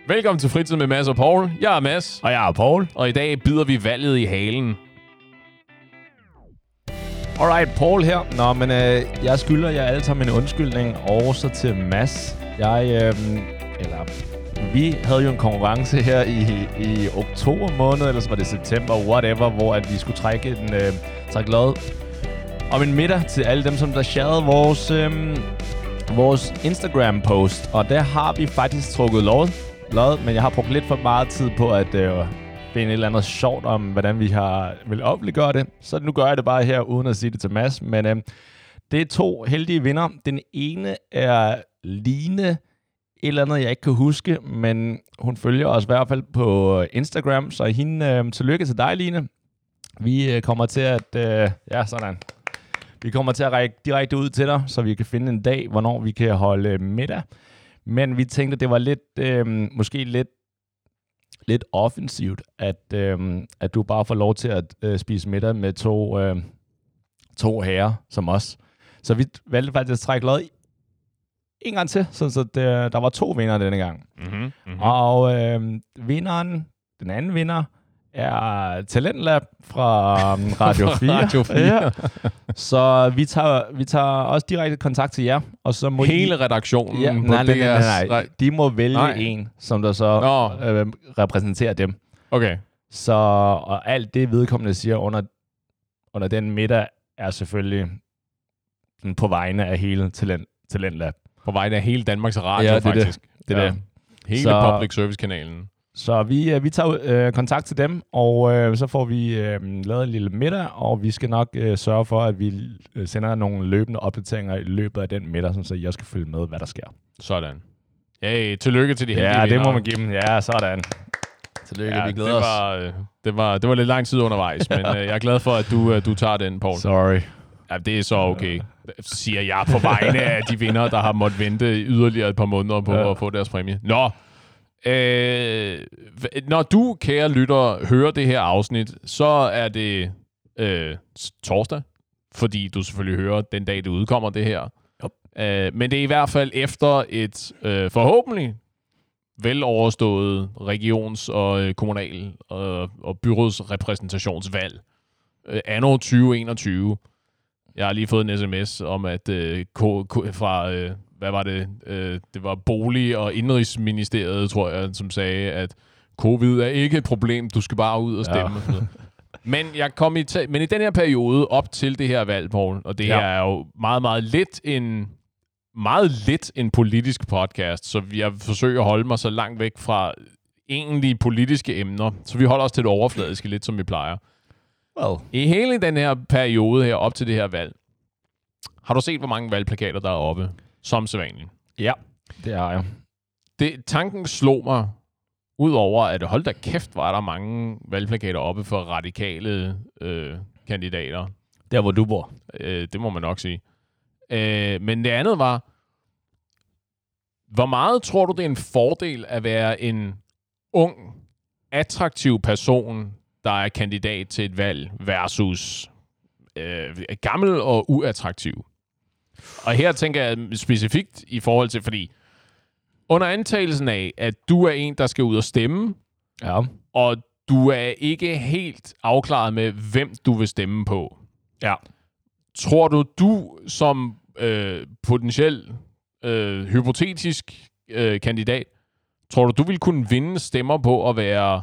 Velkommen til Fritid med Mads og Paul. Jeg er Mads. Og jeg er Paul. Og i dag bider vi valget i halen. Alright, Paul her. Nå, men jeg skylder jer alle sammen en undskyldning. Og så til Mads. Vi havde jo en konkurrence her i oktober måned, eller så var det september, whatever, hvor at vi skulle trække lod om en middag til alle dem, som der sharede vores Instagram-post. Og der har vi faktisk trukket lod, men jeg har brugt lidt for meget tid på at finde et eller andet sjovt om, hvordan vi vil offentliggøre det. Så nu gør jeg det bare her, uden at sige det til Mads. Men det er 2 heldige vinder. Den ene er Line, et eller andet, jeg ikke kan huske, men hun følger os i hvert fald på Instagram, så hende, tillykke til dig, Line. Vi kommer til at... Vi kommer til at række direkte ud til dig, så vi kan finde en dag, hvornår vi kan holde middag. Men vi tænkte, det var måske lidt offensivt, at du bare får lov til at spise middag med to herrer som os. Så vi valgte faktisk at trække lod en gang til, så der var 2 vinder denne gang. Mm-hmm. Og den anden vinder, er Talentlab fra Radio 4. Radio 4. Ja. Så vi tager også direkte kontakt til jer. Og så må hele redaktionen ja, på nej. De må vælge en, som der så repræsenterer dem. Okay. Så og alt det vedkommende siger under den middag er selvfølgelig på vegne af hele Talentlab. På vegne af hele Danmarks Radio, faktisk. Det er det. Hele public service-kanalen. Så vi tager kontakt til dem, og så får vi lavet en lille middag, og vi skal nok sørge for, at vi sender nogle løbende opdateringer i løbet af den middag, så jeg skal følge med, hvad der sker. Sådan. Hey, tillykke til de heldige vinder. Ja, det må man give dem. Ja, sådan. Tillykke, ja, vi glæder os. Det var lidt lang tid undervejs, men jeg er glad for, at du tager den, Paul. Sorry. Ja, det er så okay, siger jeg på vegne af de vinder, der har måttet vente yderligere et par måneder på at få deres præmie. Nå! Når du, kære lytter, hører det her afsnit, så er det torsdag, fordi du selvfølgelig hører den dag, det udkommer det her. Men det er i hvert fald efter et forhåbentlig veloverstået regions- og kommunal- og byrådsrepræsentationsvalg anno 2021. Jeg har lige fået en sms om, at fra... hvad var det? Det var Bolig- og Indrigsministeriet, tror jeg, som sagde, at covid er ikke et problem, du skal bare ud og stemme. Ja. Men jeg kom men i den her periode op til det her valg, Paul, og det her er jo meget lidt en politisk podcast, så jeg forsøger at holde mig så langt væk fra egentlige politiske emner, så vi holder os til det overfladiske lidt, som vi plejer. Well. I hele den her periode her op til det her valg, har du set, hvor mange valgplakater, der er oppe? Som sædvanligt. Ja, det har jeg. Tanken slog mig, udover at hold da kæft, var der mange valgplakater oppe for radikale kandidater. Der, hvor du bor. Det må man nok sige. Men det andet var, hvor meget tror du, det er en fordel at være en ung, attraktiv person, der er kandidat til et valg, versus gammel og uattraktiv? Og her tænker jeg specifikt i forhold til, fordi under antagelsen af, at du er en, der skal ud og stemme, og du er ikke helt afklaret med, hvem du vil stemme på. Ja. Tror du som potentiel hypotetisk kandidat, tror du vil kunne vinde stemmer på at være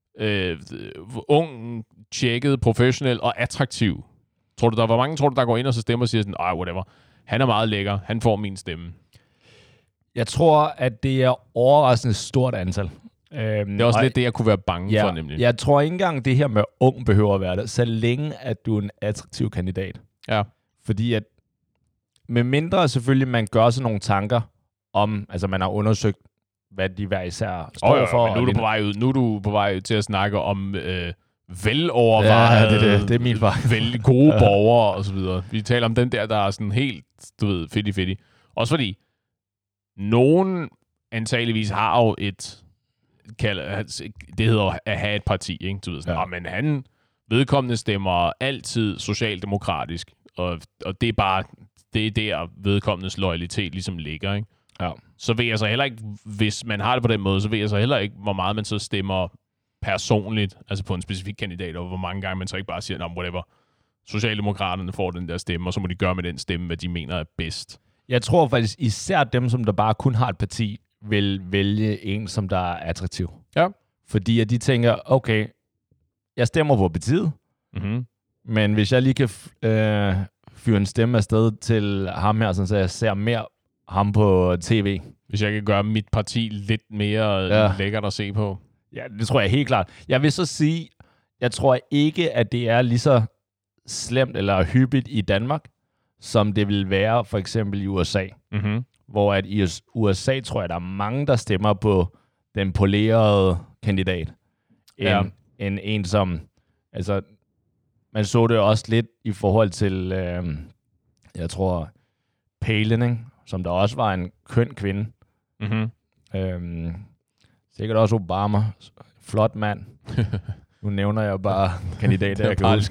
ung, tjekket, professionel og attraktiv? Hvor mange tror du, der går ind og så stemmer og siger sådan, whatever. Han er meget lækker. Han får min stemme. Jeg tror, at det er overraskende stort antal. Det er også lidt det, jeg kunne være bange for, nemlig. Jeg tror ikke engang, det her med ung behøver at være det, så længe at du er en attraktiv kandidat. Ja. Fordi at med mindre selvfølgelig, man gør sig nogle tanker om, altså man har undersøgt, hvad de hver især står for. Men nu er du på vej ud til at snakke om velovervejede, det er min vej. Gode borgere og så videre. Vi taler om den der er sådan helt, fedt. Også fordi nogen antageligvis har jo det hedder at have et parti, ikke? Du ved sådan, men vedkommende stemmer altid socialdemokratisk, og det er bare, det er der vedkommendes loyalitet ligesom ligger, ikke? så ved jeg så heller ikke, hvis man har det på den måde, så ved jeg så heller ikke, hvor meget man så stemmer personligt, altså på en specifik kandidat, og hvor mange gange man så ikke bare siger, nå, whatever, Socialdemokraterne får den der stemme, og så må de gøre med den stemme, hvad de mener er bedst. Jeg tror faktisk, især dem, som der bare kun har et parti, vil vælge en, som der er attraktiv. Ja. Fordi at de tænker, okay, jeg stemmer på partiet, men hvis jeg lige kan fyre en stemme afsted til ham her, så jeg ser mere ham på tv. Hvis jeg kan gøre mit parti lidt mere lækkert at se på. Ja, det tror jeg helt klart. Jeg vil så sige, jeg tror ikke, at det er lige så slemt eller hyppigt i Danmark, som det vil være for eksempel i USA. Hvor at i USA, tror jeg, der er mange, der stemmer på den polerede kandidat. End en som... Altså, man så det også lidt i forhold til, jeg tror, Palin, ikke? Som der også var en køn kvinde. Sikkert også Obama. Flot mand. Nu nævner jeg bare kandidater, jeg kan huske.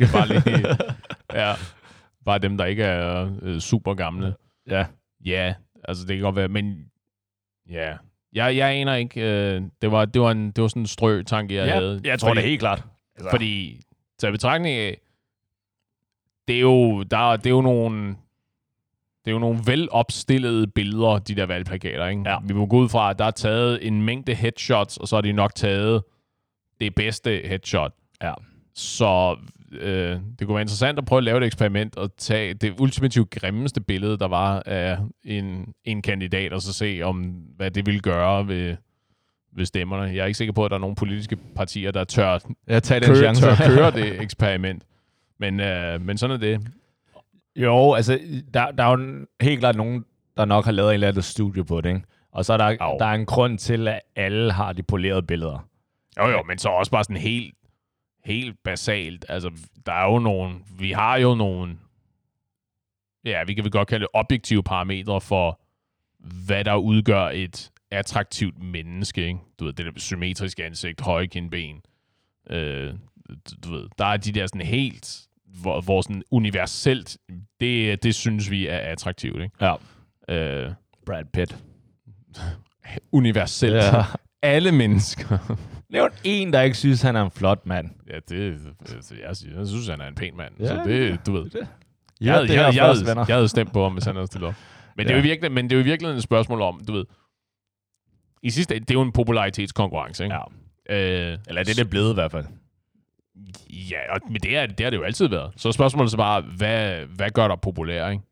Bare dem, der ikke er super gamle. Ja, altså det kan godt være, men ja. Jeg aner ikke. Det var sådan en strø-tanke, jeg havde. Jeg tror det er helt klart. Altså. Fordi, så i betragtning af, det er jo nogle velopstillede billeder, de der valgplakater, ikke? Ja. Vi må gå ud fra, at der er taget en mængde headshots, og så har de nok taget det bedste headshot. Ja. Så det kunne være interessant at prøve at lave et eksperiment og tage det ultimativt grimmeste billede, der var af en kandidat, og så se, hvad det ville gøre ved stemmerne. Jeg er ikke sikker på, at der er nogle politiske partier, der tør køre det eksperiment. Men sådan er det. Jo, altså, der er jo helt klart nogen, der nok har lavet en eller anden studie på det, ikke? Og så er der er en grund til, at alle har de polerede billeder. Jo, men så også bare sådan helt basalt. Altså, der er jo vi har jo nogle, ja, vi kan godt kalde det objektive parametre for, hvad der udgør et attraktivt menneske, ikke? Du ved, det der symmetriske ansigt, høje kindben. Du ved, der er de der sådan helt, hvor sådan universelt, det synes vi er attraktivt, ikke? Ja. Brad Pitt. Universelt. Ja. Alle mennesker. Nævn en, der ikke synes, han er en flot mand. Ja, jeg synes, han er en pæn mand. Ja, så det, du ved. Det. Jeg havde stemt på ham, hvis han havde stillet op. Men det er jo virkelig et spørgsmål om, du ved, i sidste ende, det er jo en popularitetskonkurrence, ikke? Ja. Eller det er det blevet i hvert fald. Ja, men det har det jo altid været. Så spørgsmålet er bare, hvad gør dig populær, ikke?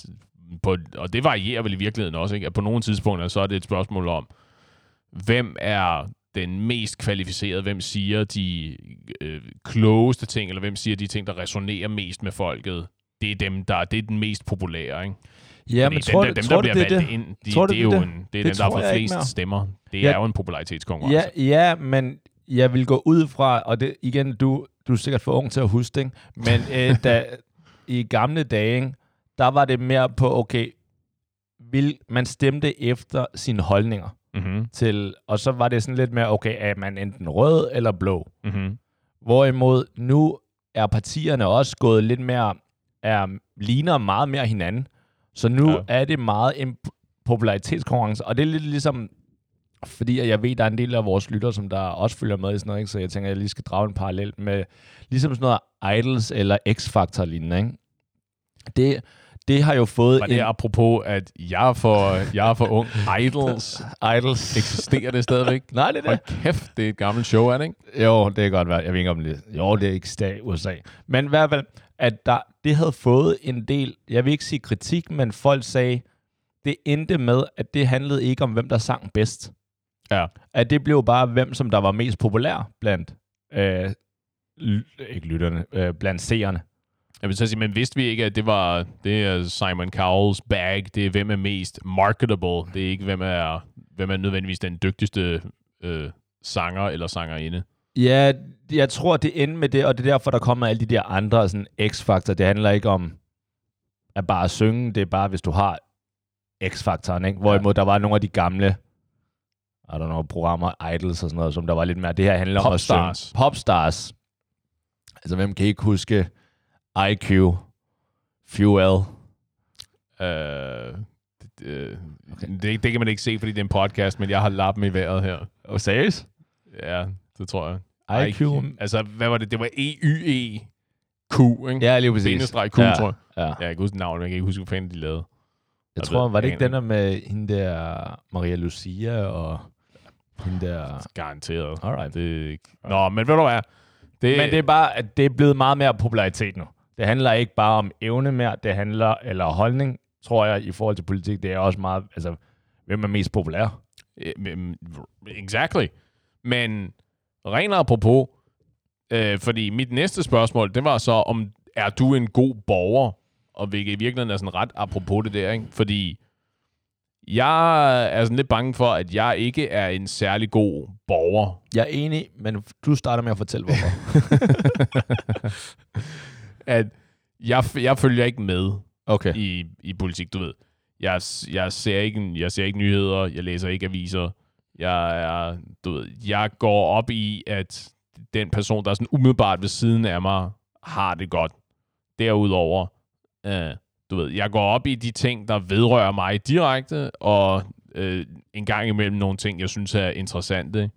Og det varierer vel i virkeligheden også, ikke? At på nogle tidspunkter, så er det et spørgsmål om, hvem er den mest kvalificerede, hvem siger de klogeste ting, eller hvem siger de ting, der resonerer mest med folket. Det er den mest populære, ikke? Ja, men tror du, der bliver valgt ind, det er jo dem, der har fået flest stemmer. Det er jo en popularitetskonkurrence. Ja, men jeg vil gå ud fra, og det igen, du er sikkert for ung til at huske, ikke? Men i gamle dage, der var det mere på, okay, man stemte efter sine holdninger. Til, og så var det sådan lidt mere, okay, er man enten rød eller blå? Hvorimod nu er partierne også gået lidt mere, ligner meget mere hinanden. Så nu er det meget en popularitetskonkurrence, og det er lidt ligesom, fordi jeg ved, der er en del af vores lytter, som der også følger med i sådan noget, ikke? Så jeg tænker, at jeg lige skal drage en parallel med, ligesom sådan noget Idols eller X-Factor lignende, ikke? Det har jo fået det apropos, at jeg er for ung. Idols. Eksisterer det stadigvæk? Nej, det er det. Hold kæft, det er et gammelt show, er det ikke? Jo, det er godt være. Jeg ved ikke om det. Jo, det eksisterer i USA. Men i hvert fald, at det havde fået en del, jeg vil ikke sige kritik, men folk sagde, det endte med, at det handlede ikke om, hvem der sang bedst. Ja. At det blev bare, hvem som der var mest populær blandt, ikke lytterne, blandt seerne. Jeg vil så sige, men vidste vi ikke, at det er Simon Cowells bag, det er hvem er mest marketable, det er ikke hvem er nødvendigvis den dygtigste sanger eller sangerinde. Ja, jeg tror, det ender med det, og det er derfor, der kommer alle de der andre sådan X-faktorer. Det handler ikke om at bare synge, det er bare, hvis du har X-faktoren, ikke? Hvorimod der var nogle af de gamle, programmer, Idols og sådan noget, som der var lidt mere, det her handler om at synge. Popstars. Altså, hvem kan ikke huske IQ, Fuel? det kan man ikke se, fordi det er en podcast, men jeg har lappen i vejret her. Seriøst? Ja, det tror jeg. IQ? Altså, hvad var det? Det var EYEQ, ikke? Ja, lige præcis. Bindestreg Q, tror jeg. Ja. Jeg kan ikke huske navnet, men jeg kan ikke huske, hvad fanden de lavede. Jeg tror, var det ikke den der med hende der Maria Lucia og hende der... Garanteret. Alright. Nå, men ved du hvad? Men det er bare, at det er blevet meget mere popularitet nu. Det handler ikke bare om evne mere, det handler, eller holdning, tror jeg, i forhold til politik. Det er også meget, altså, hvem er mest populær? Exactly. Men rent apropos, fordi mit næste spørgsmål, det var så, om er du en god borger? Og hvilket i virkeligheden er sådan ret apropos det der, ikke? Fordi jeg er sådan lidt bange for, at jeg ikke er en særlig god borger. Jeg er enig, men du starter med at fortælle, hvorfor. At jeg følger ikke med okay. i politik, du ved. Jeg ser ikke nyheder, jeg læser ikke aviser. Jeg går op i, at den person, der er sådan umiddelbart ved siden af mig, har det godt. Derudover, jeg går op i de ting, der vedrører mig direkte, og en gang imellem nogle ting, jeg synes er interessante.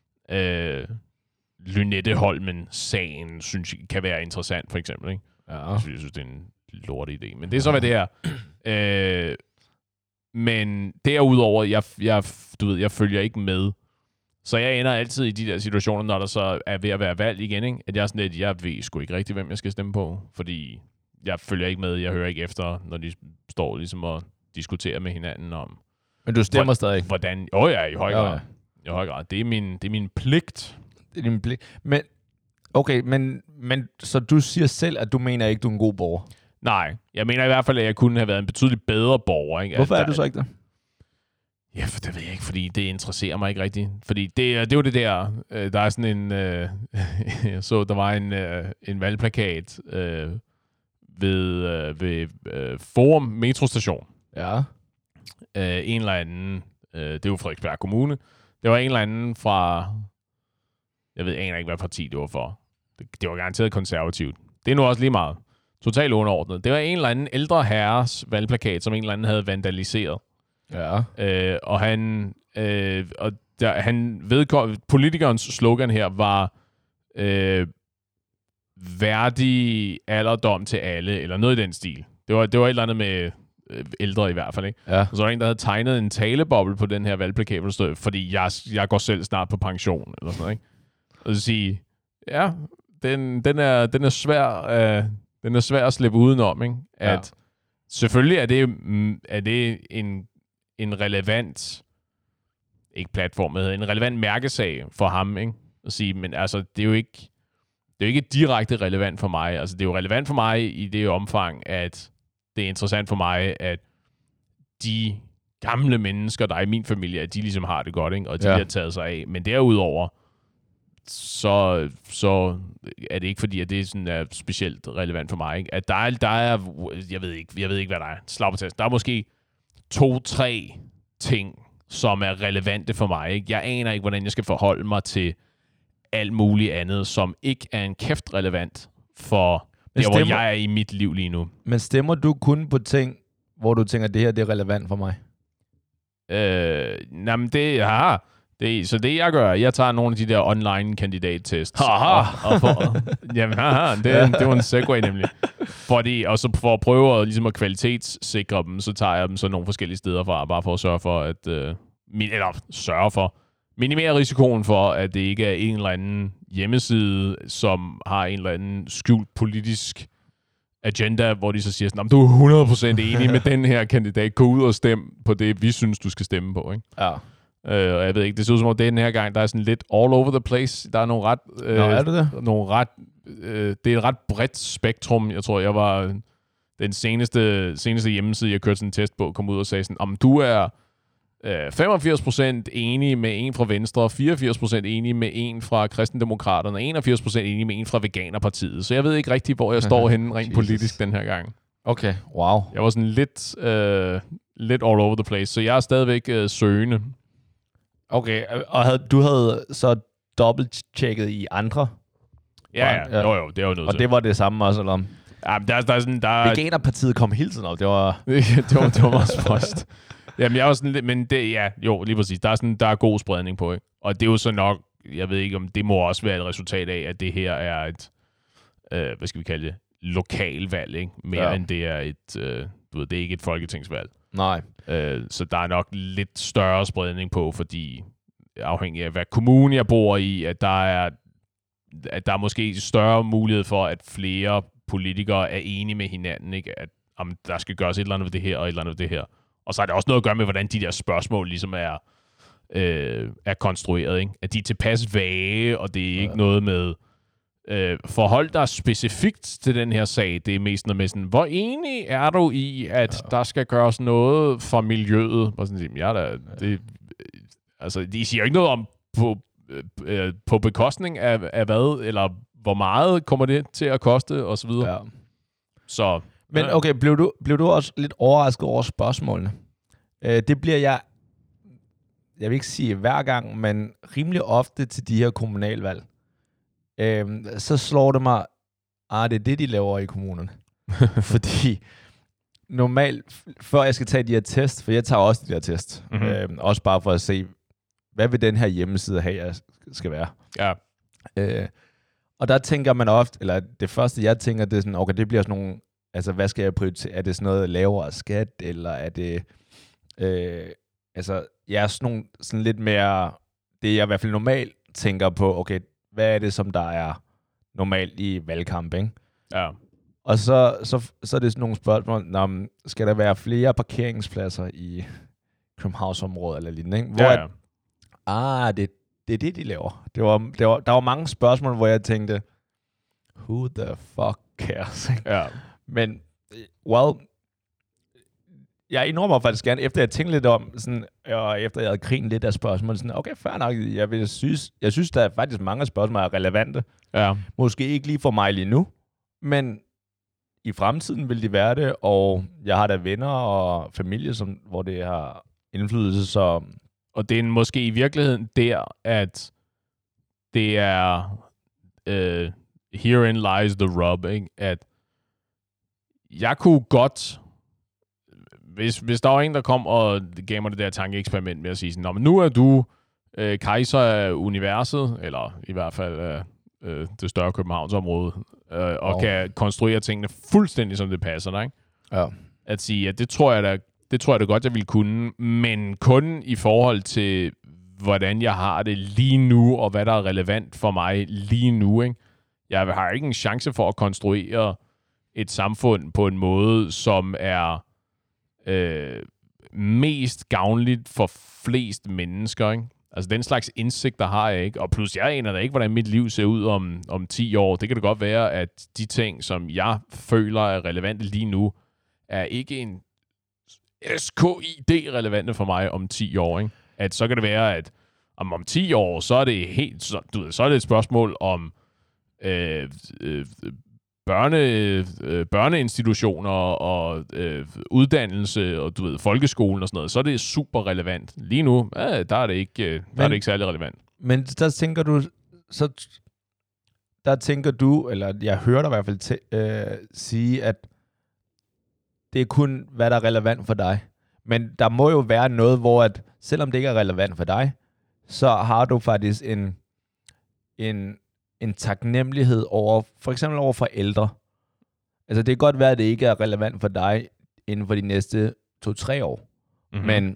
Lynette Holmen-sagen, synes jeg, kan være interessant, for eksempel. Ikke? Ja. Jeg synes, det er en lort idé. Men det er så, hvad det er. Men derudover, jeg følger ikke med. Så jeg ender altid i de der situationer, når der så er ved at være valg igen, ikke? At jeg er sådan lidt, jeg ved sgu ikke rigtigt, hvem jeg skal stemme på. Fordi jeg følger ikke med, jeg hører ikke efter, når de står ligesom og diskuterer med hinanden om... Men du stemmer stadig? Hvordan... ja, i høj grad. I høj grad. Det er min pligt. Det er din pligt. Men, okay, men så du siger selv, at du mener ikke, du er en god borger? Nej, jeg mener i hvert fald, at jeg kunne have været en betydeligt bedre borger. Ikke? Hvorfor er du så ikke det? Ja, for det ved jeg ikke, fordi det interesserer mig ikke rigtigt. Fordi det er jo det der, der er sådan en... jeg så, der var en valgplakat ved Forum Metrostation. Ja. En eller anden... det er jo Frederiksberg Kommune. Det var en eller anden fra... Jeg aner ikke, hvad parti det var for. Det var garanteret konservativt. Det er nu også lige meget. Totalt underordnet. Det var en eller anden ældre herres valgplakat, som en eller anden havde vandaliseret. Ja. Politikernes slogan her var værdig alderdom til alle, eller noget i den stil. Det var et eller andet med ældre i hvert fald, ikke? Ja. Og så var der en, der havde tegnet en taleboble på den her valgplakat, hvor der stod, fordi jeg går selv snart på pension, eller sådan noget, ikke? Og så sige, ja, den er svær, den er svær at slippe udenom, ikke? At selvfølgelig er det en relevant, ikke platform, men en relevant mærkesag for ham, ikke? At sige, men altså, det er jo ikke direkte relevant for mig. Altså, det er jo relevant for mig i det omfang, at det er interessant for mig, at de gamle mennesker, der er i min familie, at de ligesom har det godt, ikke? Og de har taget sig af. Men derudover, så er det ikke fordi, at det sådan er specielt relevant for mig, ikke? At der er jeg ved ikke, hvad der er. Slag på tast. Der er måske 2-3 ting, som er relevante for mig, ikke? Jeg aner ikke, hvordan jeg skal forholde mig til alt muligt andet, som ikke er en kæft relevant for hvor jeg er i mit liv lige nu. Men stemmer du kun på ting, hvor du tænker, at det her det er relevant for mig? Jamen så det jeg gør, jeg tager nogle af de der online kandidattests. Det var en segue nemlig. Og så for at prøve ligesom at kvalitetssikre dem, så tager jeg dem så nogle forskellige steder fra, bare for at sørge for, at minimere risikoen for, at det ikke er en eller anden hjemmeside, som har en eller anden skjult politisk agenda, hvor de så siger sådan, du er 100% enig med den her kandidat, gå ud og stem på det, vi synes, du skal stemme på, ikke? Ja. Og jeg ved ikke, det ser ud som om den her gang, der er sådan lidt all over the place. Der er nogle ret... er det det? Det er et ret bredt spektrum. Jeg tror, jeg var den seneste hjemmeside, jeg kørte sådan en test på, kom ud og sagde sådan, om du er 85% enig med en fra Venstre, 84% enig med en fra Kristendemokraterne, 81% enig med en fra Veganerpartiet. Så jeg ved ikke rigtig, hvor jeg står henne rent politisk den her gang. Okay, wow. Jeg var sådan lidt all over the place, så jeg er stadigvæk søgende. Okay, og du havde så dobbelt-tjekket i andre? Ja. Jo, det er jo noget. Og det var det samme også, eller? Ja, der er sådan... Veganerpartiet kom hele tiden op, det var... det var meget spøjst. Jamen, jeg er sådan lidt, men det, ja, jo, lige præcis. Der er god spredning på, ikke? Og det er jo så nok, jeg ved ikke, om det må også være et resultat af, at det her er et, hvad skal vi kalde det, lokalvalg, ikke? Mere end det er et, du ved, det er ikke et folketingsvalg. Nej. Så der er nok lidt større spredning på, fordi afhængig af, hvad kommune jeg bor i, at der er måske større mulighed for, at flere politikere er enige med hinanden, ikke? At om der skal gøres et eller andet ved det her, og et eller andet ved det her. Og så har det også noget at gøre med, hvordan de der spørgsmål ligesom er konstrueret, ikke? At de er tilpas vage, og det er ikke noget med forhold dig specifikt til den her sag. Det er mest noget med sådan, hvor enig er du i, at der skal gøres noget for miljøet? Og sådan, altså, de siger jo ikke noget om på bekostning af hvad, eller hvor meget kommer det til at koste, og så videre. Ja. Så... Men okay, blev du også lidt overrasket over spørgsmålene? Det bliver jeg vil ikke sige hver gang, men rimelig ofte til de her kommunalvalg. Så slår det mig, det er det, de laver i kommunerne. Fordi normalt, før jeg skal tage de her test, for jeg tager også de her test, også bare for at se, hvad vil den her hjemmeside have, jeg skal være. Ja. Og der tænker man ofte, eller det første, jeg tænker, det er sådan, okay, det bliver sådan nogle, altså, hvad skal jeg prioritere? Er det sådan noget lavere skat, eller er det, jeg er sådan lidt mere, det jeg i hvert fald normalt tænker på, okay, hvad er det, som der er normalt i valgkamp, ikke? Ja. Og så er det sådan nogle spørgsmål, skal der være flere parkeringspladser i Københavnsområdet eller lignende, ikke? Hvor det er det, de laver. Der var mange spørgsmål, hvor jeg tænkte, who the fuck cares? Ja. Men, jeg indrømmer mig faktisk gerne, efter jeg tænkte lidt om, sådan, og efter jeg havde grinet lidt af spørgsmål, sådan, okay, fair nok, jeg synes, der er faktisk mange spørgsmål, der er relevante. Ja. Måske ikke lige for mig lige nu, men i fremtiden vil de være det, og jeg har da venner og familie, hvor det har indflydelse, så... Og det er måske i virkeligheden der, at det er herein lies the rub, ikke? At jeg kunne godt, hvis der var en, der kom og gav mig det der tankeeksperiment med at sige sådan, men nu er du kejser af universet, eller i hvert fald det større Københavnsområde, og kan konstruere tingene fuldstændig, som det passer dig, ikke? Ja. At sige, at det tror jeg da godt, jeg ville kunne, men kun i forhold til, hvordan jeg har det lige nu, og hvad der er relevant for mig lige nu, ikke? Jeg har ikke en chance for at konstruere et samfund på en måde, som er mest gavnligt for flest mennesker, ikke? Altså, den slags indsigt, der har jeg ikke. Og plus, jeg aner da ikke, hvordan mit liv ser ud om 10 år. Det kan da godt være, at de ting, som jeg føler er relevante lige nu, er ikke en SKID-relevante for mig om 10 år, ikke? At så kan det være, at om 10 år, så er det helt, så er det et spørgsmål om børneinstitutioner og uddannelse og folkeskolen og sådan noget, så er det super relevant. Lige nu, der er det ikke særlig relevant. Men der tænker du, eller jeg hører dig i hvert fald sige, at det er kun, hvad der er relevant for dig. Men der må jo være noget, hvor at, selvom det ikke er relevant for dig, så har du faktisk en taknemmelighed over, for eksempel over forældre. Altså, det kan godt være, at det ikke er relevant for dig inden for de næste 2-3 år. Mm-hmm. Men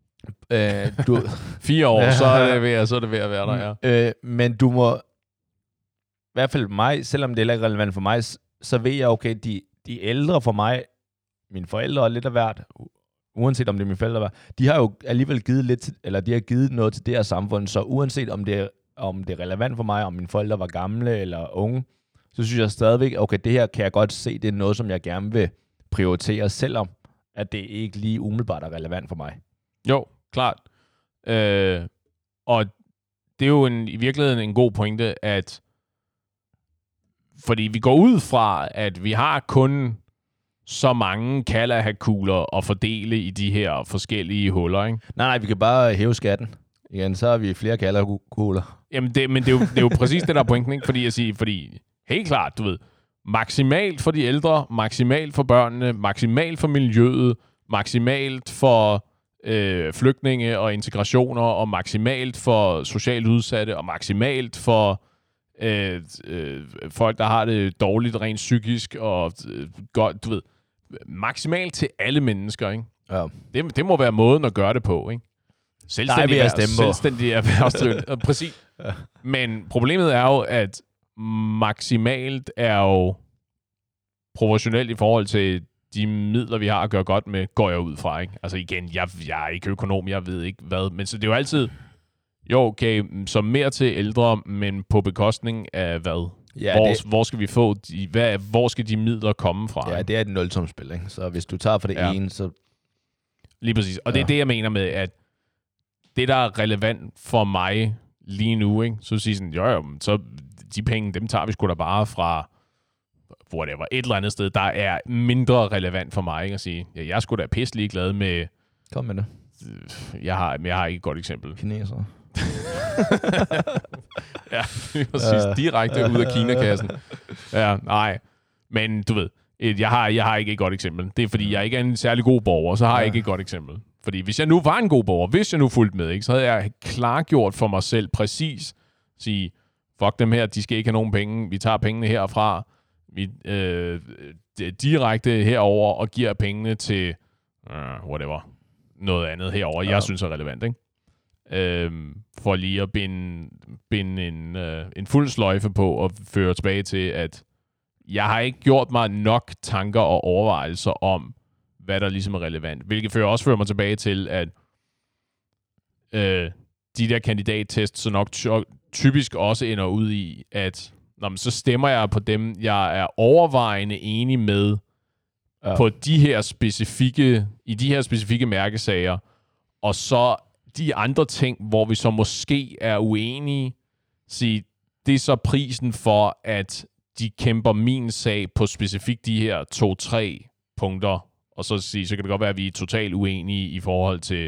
4 år, så er det ved at være der, ja. Men du må, i hvert fald mig, selvom det ikke er relevant for mig, så ved jeg, okay, de ældre for mig, mine forældre er lidt af hvert, uanset om det er mine forældre, de har jo alligevel givet lidt, eller de har givet noget til det her samfund, så uanset om det er relevant for mig, om mine forældre var gamle eller unge, så synes jeg stadigvæk, okay, det her kan jeg godt se, det er noget, som jeg gerne vil prioritere, selvom at det ikke lige umiddelbart er relevant for mig. Jo, klart. Og det er jo i virkeligheden en god pointe, at fordi vi går ud fra, at vi har kun så mange Kalahak-kugler at fordele i de her forskellige huller, ikke? Nej, vi kan bare hæve skatten. Igen, så har vi flere Kalahak-kugler. Jamen, det er jo præcis det, der er pointen, ikke? Fordi helt klart, du ved, maksimalt for de ældre, maksimalt for børnene, maksimalt for miljøet, maksimalt for flygtninge og integrationer, og maksimalt for socialt udsatte, og maksimalt for folk, der har det dårligt rent psykisk, og godt, du ved, maksimalt til alle mennesker, ikke? Ja. Det må være måden at gøre det på, ikke? Selvstændig erhvervsdrivende. Præcis. Ja. Men problemet er jo, at maksimalt er jo proportionelt i forhold til de midler, vi har at gøre godt med, går jeg ud fra, ikke? Altså igen, jeg er ikke økonom, jeg ved ikke hvad, men så det er jo altid, jo okay, så mere til ældre, men på bekostning af hvad? Ja, hvor skal vi få, hvor skal de midler komme fra? Ja, det er et nulsumsspil, ikke? Så hvis du tager for det ene, så... Lige præcis, og det er det, jeg mener med, at det, der er relevant for mig lige nu, ikke? Så siger sådan, jo, så de penge, dem tager vi sgu da bare fra whatever, et eller andet sted, der er mindre relevant for mig, ikke? At sige, ja, jeg er sgu da pisselig glad med... Kom med det. Jeg har ikke et godt eksempel. Kineser. Ja, præcis. Direkte ud af Kina-kassen. Ja, nej. Men du ved, jeg har ikke et godt eksempel. Det er, fordi jeg ikke er en særlig god borger, så har jeg ikke et godt eksempel. Fordi hvis jeg nu var en god borger, hvis jeg nu fulgte med, ikke, så havde jeg klargjort for mig selv præcis, sige, fuck dem her, de skal ikke have nogen penge, vi tager pengene herfra, vi direkte herover og giver pengene til whatever, noget andet herover, jeg synes er relevant, ikke? For lige at binde en fuld sløjfe på og føre tilbage til, at jeg har ikke gjort mig nok tanker og overvejelser om, hvad der ligesom er relevant. Hvilket fører mig tilbage til, at de der kandidattests så nok typisk også ender ud i, at så stemmer jeg på dem, jeg er overvejende enig med på i de her specifikke mærkesager, og så de andre ting, hvor vi så måske er uenige, sige, det er så prisen for, at de kæmper min sag på specifikt de her 2-3 punkter, og så kan det godt være, at vi er totalt uenige i forhold til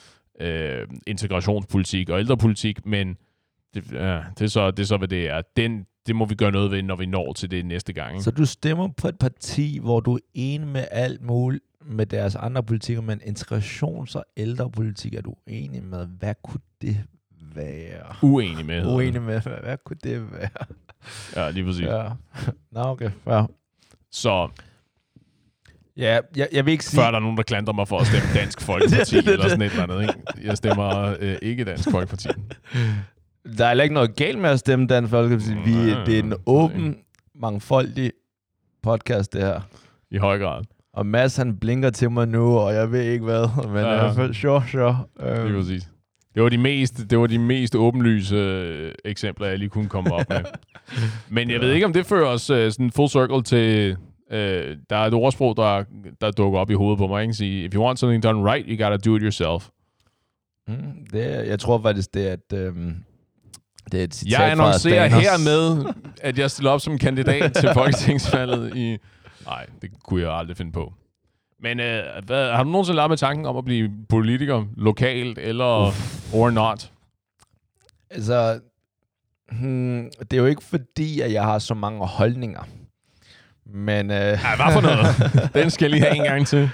integrationspolitik og ældrepolitik, men det er så, hvad det er. Det må vi gøre noget ved, når vi når til det næste gang. Ikke? Så du stemmer på et parti, hvor du er enig med alt muligt med deres andre politikker, men integrations- og ældrepolitik er du enig med. Hvad kunne det være? Uenig med. Uenig med. Hvad kunne det være? Ja, lige præcis. Ja. Nå, okay. Ja. Så... Ja, jeg vil ikke sige... Før der er nogen, der klandrer mig for at stemme Dansk Folkeparti, eller sådan et eller andet, ikke? Jeg stemmer ikke Dansk Folkeparti. Der er heller ikke noget galt med at stemme Dansk Folkeparti. Det er en åben, mangfoldig podcast, det her. I høj grad. Og Mads, han blinker til mig nu, og jeg ved ikke hvad, men i hvert fald, sure. Det er præcis. Det var de mest åbenlyse eksempler, jeg lige kunne komme op med. Men jeg ved ikke, om det fører os sådan full circle til... der er et ordsprog, der dukker op i hovedet på mig, ikke? Sige, if you want something done right, you gotta do it yourself. Jeg tror faktisk, det er det er et citat. Jeg annoncerer hermed, at jeg stiller op som kandidat til folketingsvalget i... Nej, det kunne jeg aldrig finde på. Men har du nogensinde lavet med tanken om at blive politiker lokalt, eller or not? Altså, det er jo ikke fordi, at jeg har så mange holdninger. Men... hvad for noget? Den skal jeg lige have en gang til.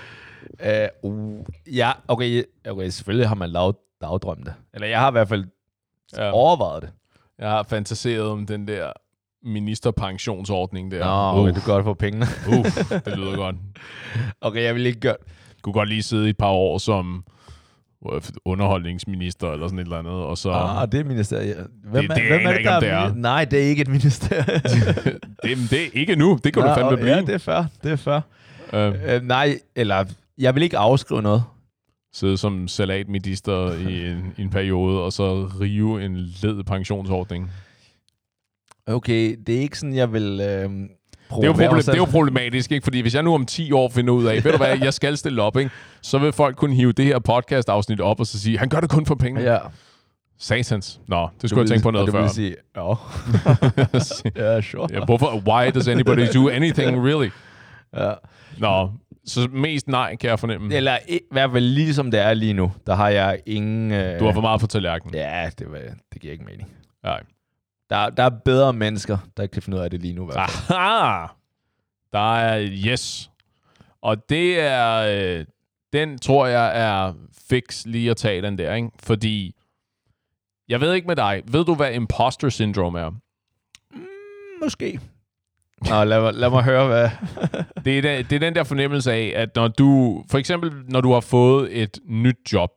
Ja, okay, selvfølgelig har man dagdrømt det. Eller jeg har i hvert fald overvejet det. Jeg har fantaseret om den der ministerpensionsordning der. Nå, okay, du gør det for pengene. Det lyder godt. Okay, jeg vil ikke gøre... Du kunne godt lige sidde i et par år som underholdningsminister eller sådan et eller andet, og så... det er ministeriet. Hvem er det, der er? Nej, det er ikke et ministerium. det er ikke nu. Det kan du fandme blive. Ja, det er fair. Nej, eller... Jeg vil ikke afskrive noget. Sidde som salatminister i en periode, og så rive en led pensionsordning. Okay, det er ikke sådan, jeg vil... Det er jo problematisk, ikke? Fordi hvis jeg nu om 10 år finder ud af, ved du hvad, jeg skal stille op, ikke? Så vil folk kunne hive det her podcast-afsnit op og så sige, han gør det kun for penge. Ja. Satans. Nå, det skulle jeg tænke på noget før. Du vil sige, ja, sure. Ja, hvorfor? Why does anybody do anything, really? Ja. Nå, så mest nej, kan jeg fornemme. Eller i hvert fald ligesom det er lige nu, der har jeg ingen... Du har for meget på tallerkenen. Ja, det giver ikke mening. Nej. Der er bedre mennesker, der ikke kan finde ud af det lige nu. Aha! Der er yes. Og det er den tror jeg er fix lige at tage den der, ikke? Fordi, jeg ved ikke med dig, ved du, hvad imposter syndrome er? Måske. Nå, lad mig høre, hvad... det er den der fornemmelse af, at når du, for eksempel, når du har fået et nyt job,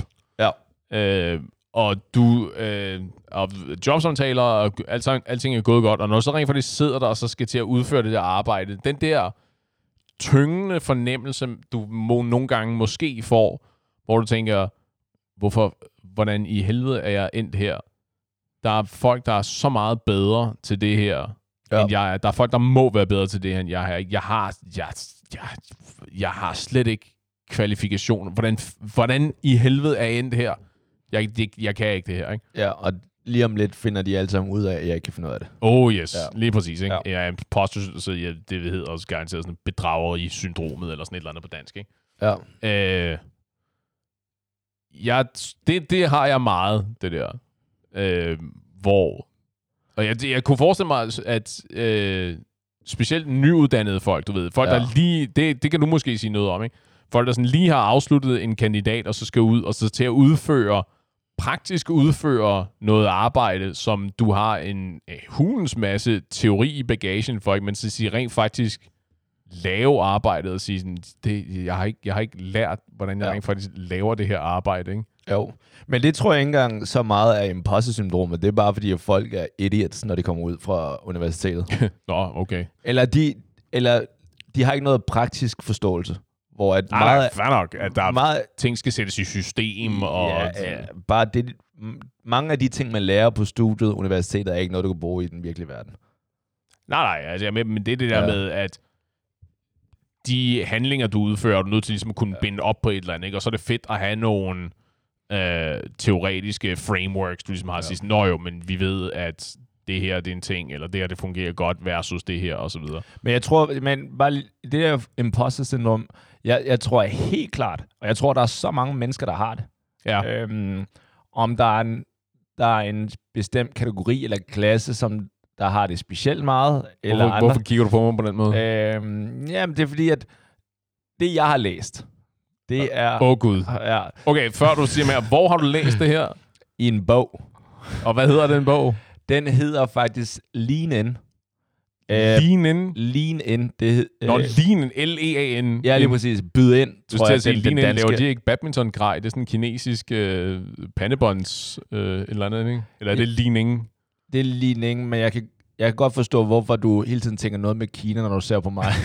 og du og jobsamtaler, og alting er gået godt, og når du så rent faktisk sidder der, og så skal til at udføre det der arbejde, den der tyngende fornemmelse, du nogle gange måske får, hvor du tænker, hvordan i helvede er jeg endt her? Der er folk, der er så meget bedre til det her, end jeg er. Der er folk, der må være bedre til det her, end jeg er. Jeg har slet ikke kvalifikationer. Hvordan i helvede er jeg endt her? Jeg kan ikke det her, ikke? Ja, og lige om lidt finder de alle sammen ud af, at jeg ikke kan finde ud af det. Yes. Lige præcis, ikke? Ja. Jeg er imposter, så det hedder også garanteret sådan bedrageri-syndromet, eller sådan et eller andet på dansk, ikke? Ja. Det har jeg meget, det der. Og jeg kunne forestille mig, at specielt nyuddannede folk, du ved, folk, der lige, det kan du måske sige noget om, ikke? Folk, der sådan lige har afsluttet en kandidat, og så skal ud, og så til at praktisk udføre noget arbejde, som du har en hulens masse teori i bagagen for, ikke? Men så sige rent faktisk lave arbejdet og sige sådan, jeg har ikke lært, hvordan jeg rent faktisk laver det her arbejde, ikke? Jo, men det tror jeg ikke engang så meget af imposter-syndromet. Det er bare fordi, at folk er idiots, når de kommer ud fra universitetet. Nå, okay. Eller de har ikke noget praktisk forståelse. Hvor at fair nok, at der meget, ting skal sættes i system. Bare det, mange af de ting, man lærer på studiet, universitetet, er ikke noget, du kan bruge i den virkelige verden. Nej, altså, men det er det der med, at de handlinger, du udfører, er du nødt til ligesom at kunne binde op på et eller andet, ikke? Og så er det fedt at have nogle teoretiske frameworks, du ligesom har sidst. Nå jo, men vi ved, at det her det er en ting, eller det her det fungerer godt versus det her, og så videre. Men jeg tror, bare det der imposter syndrom, jeg tror helt klart, og jeg tror, der er så mange mennesker, der har det. Ja. Om der er en bestemt kategori eller klasse, som der har det specielt meget, eller andre. Hvorfor kigger du på mig på den måde? Jamen, det er fordi, at det, jeg har læst, det er... Gud. Ja. Okay, før du siger mere, hvor har du læst det her? I en bog. Og hvad hedder den bog? Den hedder faktisk Lean In. Lean In? Lean In. Lean In. L-E-A-N. Ja, lige præcis. Byd ind, tror jeg. Lean In laver de ikke badminton-grej. Det er sådan en kinesisk pandebånds eller andet, ikke? Eller er det Lean In? Det er Lean In, men jeg kan godt forstå, hvorfor du hele tiden tænker noget med Kina, når du ser på mig.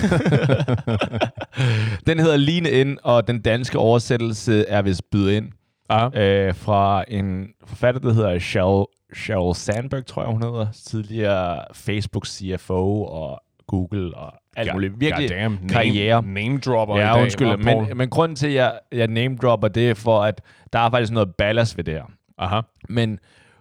Den hedder Lean In, og den danske oversættelse er vist Byd ind. Fra en forfatter, der hedder Sheryl Sandberg, tror jeg, hun hedder. Tidligere Facebook CFO og Google og alt muligt. Virkelig karriere. Name-dropper ja, i dag. Undskyld, men grunden til, at jeg name-dropper, det er for, at der er faktisk noget ballast ved det her. Aha. Men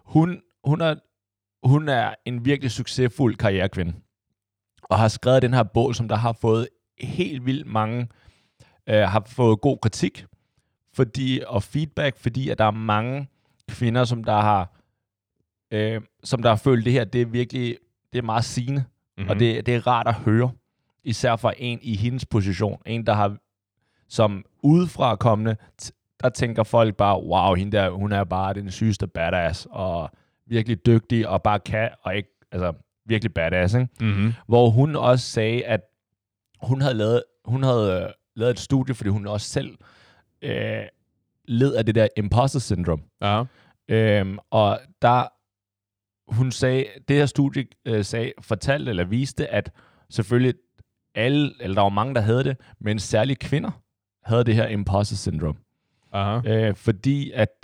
hun er en virkelig succesfuld karrierekvinde. Og har skrevet den her bog, som der har fået helt vildt mange, har fået god kritik og feedback, fordi at der er mange kvinder, som der har følt det her, det er meget sigende, og det er rart at høre, især fra en i hendes position, en der har, som udefra kommende, der tænker folk bare, wow, hende der, hun er bare den sygeste badass, og virkelig dygtig, og bare kan, og ikke, altså virkelig badass, ikke? Mm-hmm. Hvor hun også sagde, at hun havde lavet et studie, fordi hun også selv led af det der imposter syndrom. Ja. Og der, hun sagde, det her studie fortalte eller viste, at selvfølgelig der var mange, der havde det, men særligt kvinder havde det her imposter syndrom. Fordi at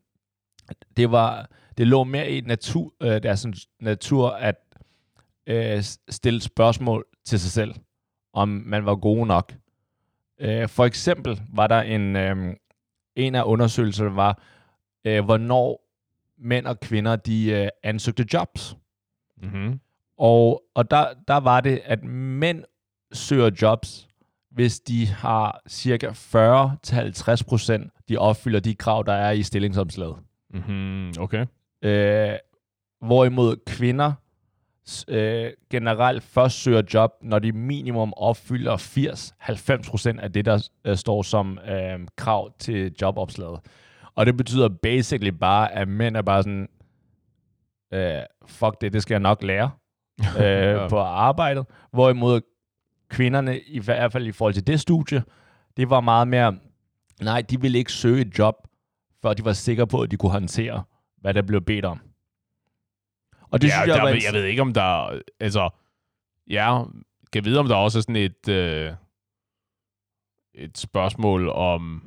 det lå mere i deres natur at stille spørgsmål til sig selv, om man var god nok. For eksempel var der en af undersøgelserne var, hvornår mænd og kvinder, de ansøgte jobs. Mm-hmm. Og der var det, at mænd søger jobs, hvis de har cirka 40-50%, de opfylder de krav, der er i stillingsopslaget. Mm-hmm. Okay. Hvorimod kvinder generelt først søger job, når de minimum opfylder 80-90% af det, der står som krav til jobopslaget. Og det betyder basically bare, at mænd er bare sådan, fuck det skal jeg nok lære på arbejdet. Hvorimod kvinderne, i hvert fald i forhold til det studie, det var meget mere, nej, de ville ikke søge et job, før de var sikre på, at de kunne håndtere, hvad der blev bedt om. Og det synes jeg ved ikke, om der... Altså, kan vide, om der også er sådan et spørgsmål om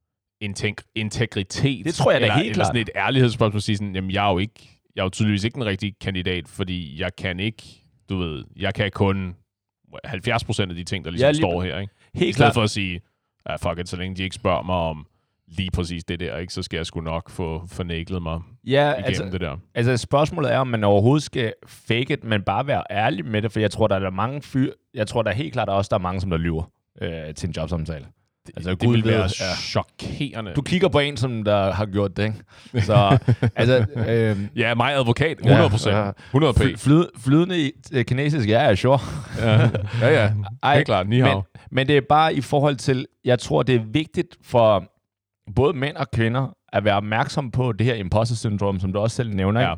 integritet. Det tror jeg da helt klart. Eller sådan et ærlighedsspørgsmål, at sige sådan, jamen, jeg er jo tydeligvis ikke den rigtige kandidat, fordi jeg kan ikke, du ved, jeg kan kun 70% af de ting, der ligesom står her, ikke? Helt I stedet for at sige, fuck it, så længe de ikke spørger mig om lige præcis det der, ikke, så skal jeg sgu nok få fornæglet mig igennem det der. Altså spørgsmålet er, om man overhovedet skal fake it, men bare være ærlig med det, for jeg tror, der er mange jeg tror, der er helt klart også, der er mange, som der lyver til en jobsamtale. Altså, det vil være chokerende. Du kigger på en, som der har gjort det, ikke? Så, altså... ja, mig advokat, 100%. 100p. Flydende i kinesisk, sure. ja. Helt klart, ni hao. Men det er bare i forhold til, jeg tror, det er vigtigt for både mænd og kvinder at være opmærksom på det her imposter syndrom, som du også selv nævner. Ja.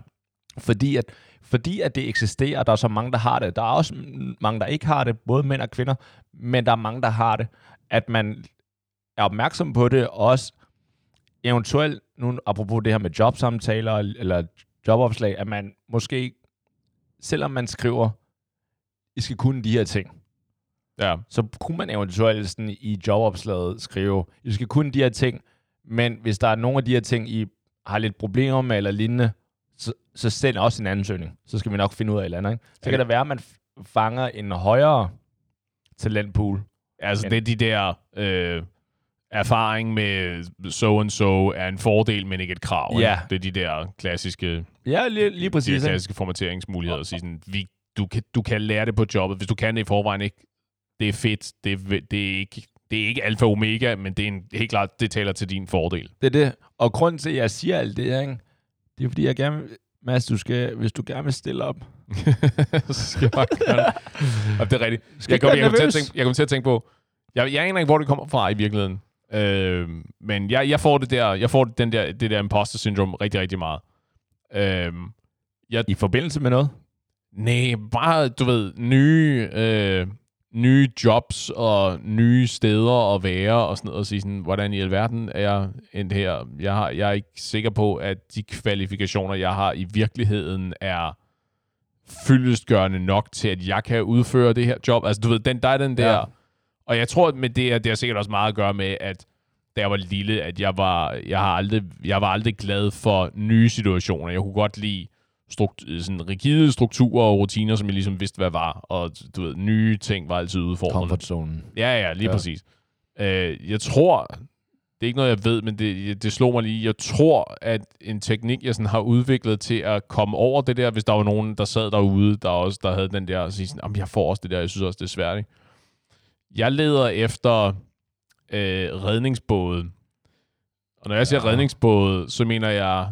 Fordi at det eksisterer, der er så mange, der har det. Der er også mange, der ikke har det, både mænd og kvinder, men der er mange, der har det. At man er opmærksom på det, og også eventuelt, nu apropos det her med jobsamtaler eller jobopslag, at man måske, selvom man skriver, I skal kunne de her ting, så kunne man eventuelt sådan i jobopslaget skrive, I skal kunne de her ting, men hvis der er nogle af de her ting, I har lidt problemer med eller lignende, så send også en ansøgning. Så skal vi nok finde ud af et eller andet. Ikke? Så kan det være, at man fanger en højere talentpool. Altså det er de der erfaring med so and so er en fordel, men ikke et krav. Ja. Ikke? Det er de der klassiske, lige præcis, de klassiske formateringsmuligheder. Sige sådan, du kan lære det på jobbet. Hvis du kan det i forvejen ikke, det er fedt. Det er ikke alfa og omega, men det er helt klart, det taler til din fordel. Det er det. Og grunden til, at jeg siger alt det, ikke? Det er fordi, jeg gerne vil... Mads, hvis du gerne vil stille op. så skal jeg bare gøre det. Det er rigtigt. Jeg kommer til at tænke på... Jeg aner ikke, hvor det kommer fra i virkeligheden. Men jeg får det der imposter syndrom rigtig, rigtig meget. I forbindelse med noget? Nej, bare, du ved, nye jobs og nye steder at være og sådan noget, og sige sådan, hvordan i alverden er jeg endt her? Jeg er ikke sikker på, at de kvalifikationer, jeg har i virkeligheden, er fyldestgørende nok til, at jeg kan udføre det her job. Altså, du ved, der er den der... Ja. Og jeg tror, at det har sikkert også meget at gøre med, at da jeg var lille, at jeg var aldrig glad for nye situationer. Jeg kunne godt lide sådan rigide strukturer og rutiner, som jeg ligesom vidste, hvad var. Og du ved, nye ting var altid udfordrende. Comfort zone. Ja, lige præcis. Jeg tror, det er ikke noget, jeg ved, men det slog mig lige. Jeg tror, at en teknik, jeg sådan har udviklet til at komme over det der, hvis der var nogen, der sad derude, der havde den der, og sige sådan, jeg får også det der, jeg synes også, det er svært, ikke? Jeg leder efter redningsbåde. Og når jeg siger redningsbåde, så mener jeg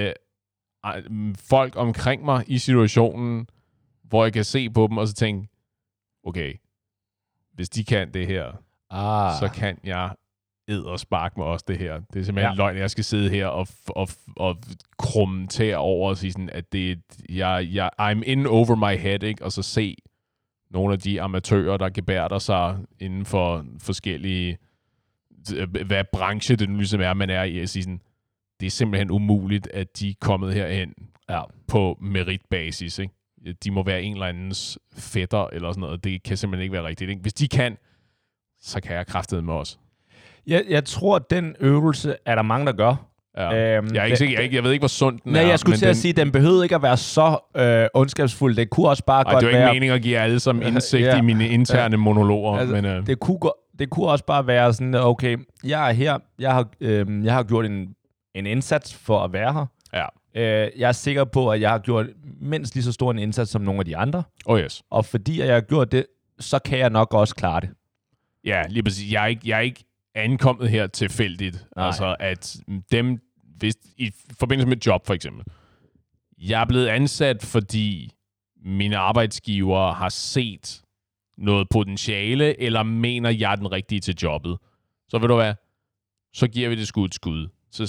folk omkring mig i situationen, hvor jeg kan se på dem og så tænke, okay, hvis de kan det her, så kan jeg eddersparke mig også det her. Det er simpelthen løgn, jeg skal sidde her og krumme tæer over og sige sådan, at I'm in over my head, ikke? Og så se nogle af de amatører, der gebærder sig inden for forskellige, hvad branche det nu ligesom er, man er i, at sige sådan, det er simpelthen umuligt, at de er kommet herhen på meritbasis, ikke? De må være en eller andens fætter eller sådan noget. Det kan simpelthen ikke være rigtigt, ikke? Hvis de kan, så kan jeg kraftedeme også. Jeg tror, at den øvelse er der mange, der gør. Ja. Jeg er ikke sikker, jeg ved ikke, hvor sund den er. Nej, jeg skulle til at sige, at den behøvede ikke at være så ondskabsfuld. Det kunne også bare godt være... Det er jo ikke meningen at give alle som indsigt i mine interne monologer. Altså, men, det kunne også bare være sådan, okay, jeg er her, jeg har gjort en indsats for at være her. Ja. Jeg er sikker på, at jeg har gjort mindst lige så stor en indsats som nogle af de andre. Yes. Og fordi jeg har gjort det, så kan jeg nok også klare det. Ja, lige præcis. Jeg er ikke ankommet her tilfældigt. Nej. Altså, at dem, hvis, i forbindelse med job for eksempel, jeg er blevet ansat, fordi mine arbejdsgivere har set noget potentiale, eller mener jeg er den rigtige til jobbet. Så ved du hvad? Så giver vi det sgu et skud.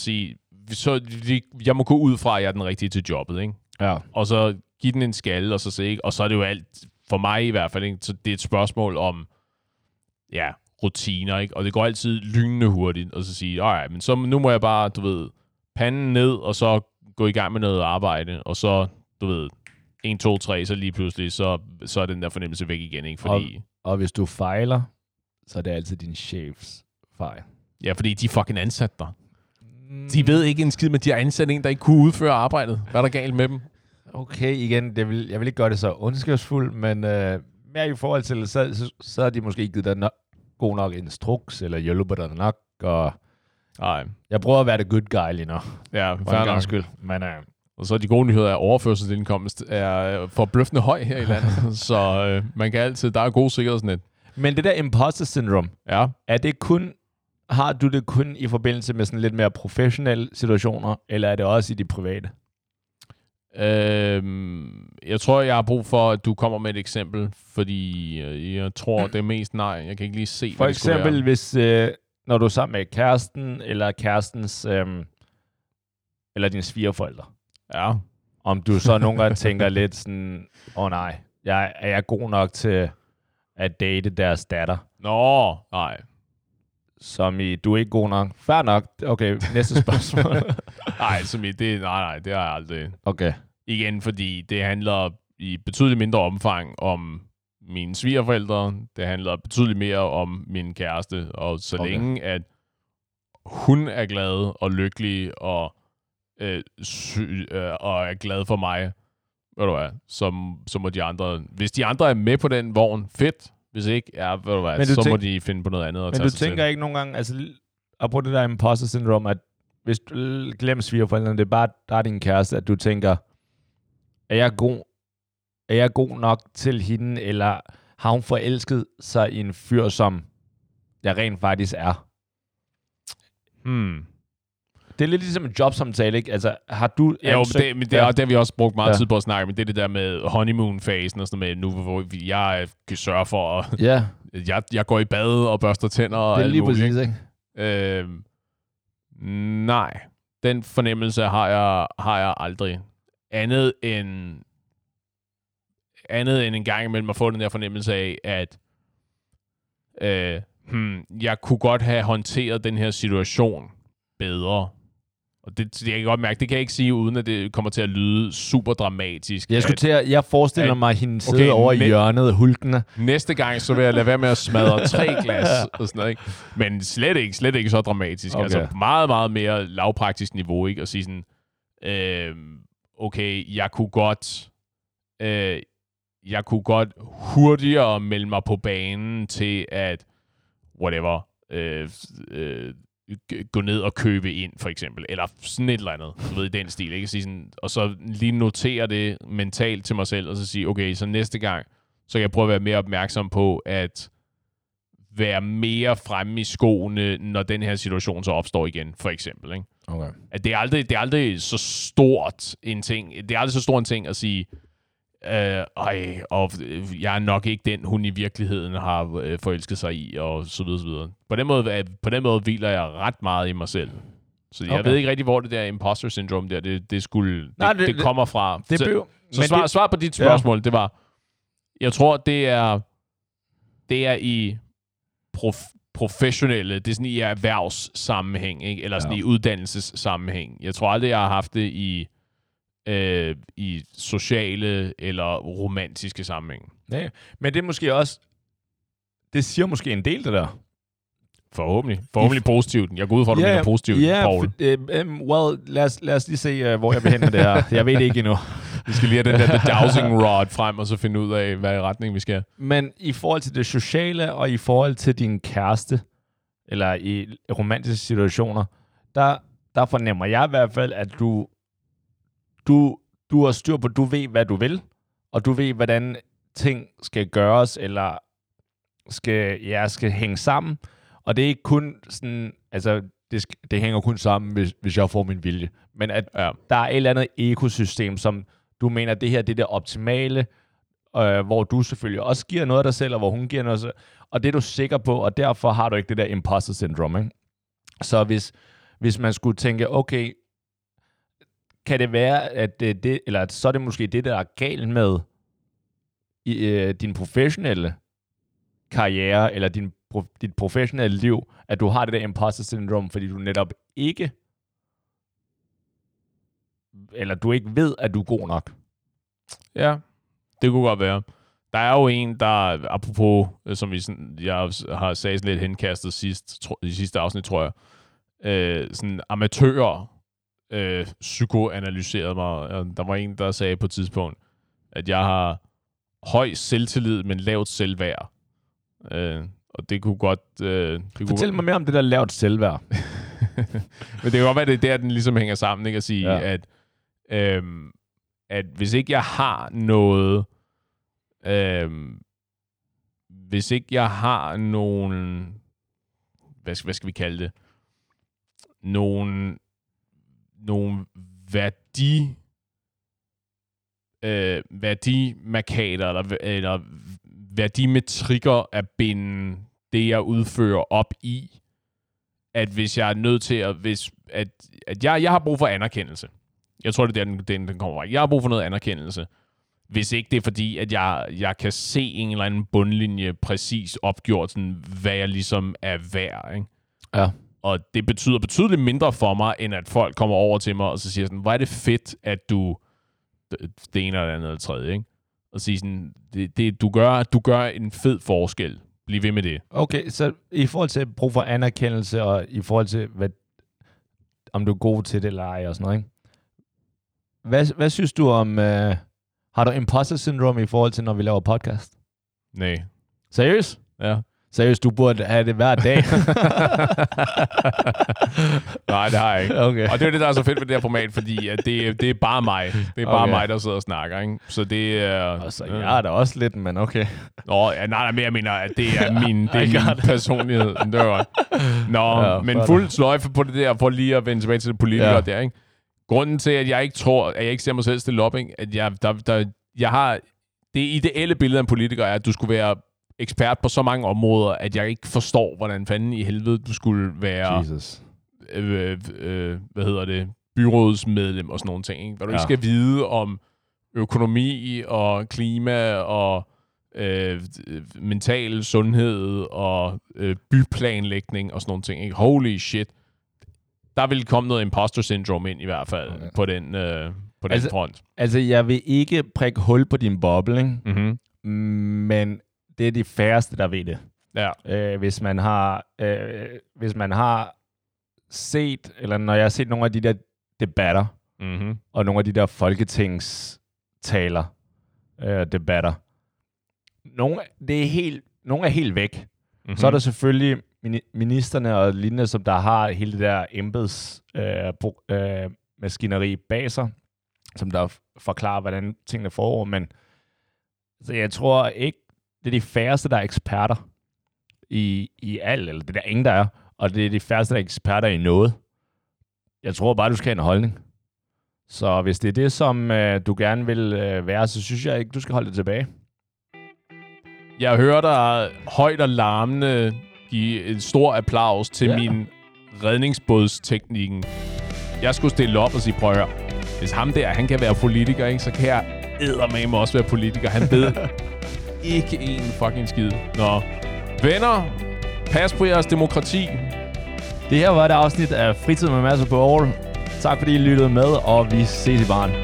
Jeg må gå ud fra, at jeg er den rigtige til jobbet, ikke? Ja. Og så give den en skalle, og så se, ikke? Og så er det jo alt, for mig i hvert fald, ikke? Så det er et spørgsmål om, ja, rutiner, ikke? Og det går altid lynende hurtigt, og så sige, alright, men så nu må jeg bare, du ved, panden ned, og så gå i gang med noget arbejde, og så, du ved, 1, 2, 3, så lige pludselig, så er den der fornemmelse væk igen, ikke? Fordi... Og hvis du fejler, så er det altid din chefs fejl. Ja, fordi de fucking ansat dig. De ved ikke en skid, men de har ansat en, der ikke kunne udføre arbejdet. Hvad er der galt med dem? Okay, igen, jeg vil ikke gøre det så ondskabsfuldt, men mere i forhold til, så har de måske givet dig god nok instruks, eller hjælper dig nok, og nej. Jeg prøver at være the good guy lige nu. Ja, fair nok. Skyld. Men, og så de gode nyheder er, at overførselsindkomst er forbløffende høj her i landet, så man kan altid, der er god sikkerhedsnet. Men det der imposter syndrome, ja. Har du det kun i forbindelse med sådan lidt mere professionelle situationer, eller er det også i de private? Jeg tror, jeg har brug for, at du kommer med et eksempel, fordi jeg tror, det er mest nej. Jeg kan ikke lige se, for eksempel, hvis når du er sammen med kæresten, eller kærestens, eller dine svigerforældre. Ja. Om du så nogle gange tænker lidt sådan, nej, er jeg god nok til at date deres datter? Nå, nej. Som i, du er ikke god nok. Fair nok. Okay, næste spørgsmål. Nej, som i, det har jeg aldrig. Okay. Igen, fordi det handler i betydeligt mindre omfang om mine svigerforældre. Det handler betydeligt mere om min kæreste. Og så længe, at hun er glad og lykkelig og er glad for mig, ved du hvad, så må de andre... Hvis de andre er med på den vogn, fedt. Hvis ikke, ved du hvad, så må de finde på noget andet. Men du tænker ikke nogen gange, altså, at på det der imposter syndrome, at hvis du glemmer svigerforældrene, det er bare der er din kæreste, at du tænker, er jeg god nok til hende, eller har hun forelsket sig i en fyr, som jeg rent faktisk er? Det er lidt ligesom en jobsamtale, ikke? Altså, har du... Ja, det har vi også brugt meget tid på at snakke, men det er det der med honeymoon-fasen og sådan noget med, nu hvor jeg kan sørge for at... Ja. Jeg går i bad og børster tænder og alt muligt. Det er lige præcis, ikke? Nej. Den fornemmelse har jeg aldrig. Andet end en gang imellem at få den der fornemmelse af, at jeg kunne godt have håndteret den her situation bedre. Og det jeg kan godt mærke, det kan jeg ikke sige, uden at det kommer til at lyde super dramatisk. Jeg forestiller mig, at hende sidder over i hjørnet, hulkende. Næste gang, så vil jeg lade være med at smadre 3 glas og sådan noget, ikke? Men slet ikke så dramatisk. Okay. Altså meget, meget mere lavpraktisk niveau, ikke? At sige sådan, okay, jeg kunne godt hurtigere melde mig på banen til at, whatever, gå ned og købe ind, for eksempel. Eller sådan et eller andet, du ved, i den stil, ikke? Sådan, og så lige notere det mentalt til mig selv, og så sige, okay, så næste gang, så kan jeg prøve at være mere opmærksom på, at være mere fremme i skoene, når den her situation så opstår igen, for eksempel, ikke? Okay. At det er aldrig så stort en ting. Det er aldrig så stor en ting at sige, og jeg er nok ikke den, hun i virkeligheden har forelsket sig i, og så videre, så videre. På den måde hviler jeg ret meget i mig selv. Så jeg ved ikke rigtig, hvor det der imposter syndrome der, det kommer fra. Svar på dit spørgsmål, det var, jeg tror, det er i professionelle, det er sådan i erhvervssammenhæng, ikke? Eller sådan i uddannelsessammenhæng. Jeg tror aldrig, jeg har haft det i sociale eller romantiske sammenhæng. Ja, men det er måske også, det siger måske en del, det der. Forhåbentlig positivt. Jeg går ud fra, at du mener positivt, Paul. Well, lad os lige se, hvor jeg vil hen med det her. Jeg ved det ikke endnu. Vi skal lige have den der dowsing rod frem, og så finde ud af, hvad retning vi skal. Men i forhold til det sociale, og i forhold til din kæreste, eller i romantiske situationer, der fornemmer jeg i hvert fald, at du har styr på, du ved, hvad du vil, og du ved, hvordan ting skal gøres, eller skal hænge sammen. Og det er ikke kun sådan, altså, det hænger kun sammen, hvis jeg får min vilje. Men at der er et eller andet ekosystem, som du mener, det her det er det optimale, hvor du selvfølgelig også giver noget af dig selv, og hvor hun giver noget af sig, og det er du sikker på, og derfor har du ikke det der imposter syndrome, ikke? Så hvis man skulle tænke, okay, kan det være, at det, eller så er det måske det, der er galt med din professionelle karriere, eller dit professionelle liv, at du har det der imposter syndrome, fordi du netop ikke, eller du ikke ved, at du er god nok. Ja, det kunne godt være. Der er jo en, der, apropos, som jeg har sagt sådan lidt henkastet i sidste afsnit, tror jeg, sådan amatører psykoanalyserede mig. Der var en, der sagde på et tidspunkt, at jeg har høj selvtillid, men lavt selvværd. Og det kunne godt... Fortæl mig mere om det der lavt selvværd. Men det kan godt være, det er der, den ligesom hænger sammen, ikke? At sige, at hvis ikke jeg har noget... hvis ikke jeg har nogen... Hvad skal vi kalde det? Nogle værdimarkader, eller værdimetrikker at binde det, jeg udfører op i, at hvis jeg er nødt til at jeg har brug for anerkendelse. Jeg tror, det er der, den kommer fra. Jeg har brug for noget anerkendelse. Hvis ikke det er fordi, at jeg kan se en eller anden bundlinje præcis opgjort, sådan, hvad jeg ligesom er værd, ikke? Ja. Og det betyder betydeligt mindre for mig, end at folk kommer over til mig og så siger sådan, hvor er det fedt, at du det ene eller andet eller tredje, ikke? Og sige sådan, du gør en fed forskel. Bliv ved med det. Okay, så i forhold til brug for anerkendelse, og i forhold til, om du er god til det eller ej og sådan noget, ikke? Hvad synes du om... har du imposter syndrome i forhold til, når vi laver podcast? Nej. Seriøst? Ja. Seriøst, du burde have det hver dag. Nej, det har jeg ikke. Okay. Og det er det, der er så fedt ved det her format, fordi at det er bare mig. Det er bare mig, der sidder og snakker, ikke? Så det er... Altså, jeg er da også lidt, men okay. Nå, nej, men jeg mener, at det er min personlighed. Det er godt. Nå, ja, men fuld sløjfe på det der, for lige at vende tilbage til det politikere der, ikke? Grunden til, at jeg ikke tror, at jeg ikke ser mig selv stille op, ikke? At jeg har... Det ideelle billede af en politiker er, at du skulle være ekspert på så mange områder, at jeg ikke forstår, hvordan fanden i helvede du skulle være byrådsmedlem og sådan nogle ting, ikke? Hvad du ikke skal vide om økonomi og klima og mental sundhed og byplanlægning og sådan nogle ting, ikke? Holy shit. Der vil komme noget imposter syndrome ind i hvert fald på den front. Altså, jeg vil ikke prikke hul på din boble, ikke? Mm-hmm. Men det er de færreste, der ved det. Ja. Hvis man har set, eller når jeg har set nogle af de der debatter, og nogle af de der folketingstaler, debatter, nogle er helt væk. Mm-hmm. Så er der selvfølgelig ministerne og lignende, som der har hele det der embedsmaskineri bag sig, som der forklarer, hvordan tingene foregår, men så jeg tror ikke, det er de færreste, der er eksperter i alt, eller det der ingen, der er, og det er de færreste, der er eksperter i noget. Jeg tror bare, du skal have en holdning. Så hvis det er det, som du gerne vil være, så synes jeg ikke, du skal holde det tilbage. Jeg hører dig højt og larmende give en stor applaus til min redningsbådsteknikken. Jeg skulle stille op og sige, prøv at høre, hvis ham der, han kan være politiker, ikke, så kan jeg eddermame også være politiker. Han ved ikke en fucking skid. Nå, venner, pas på jeres demokrati. Det her var et afsnit af Fritid med Mads og Paul. Tak fordi I lyttede med, og vi ses i baren.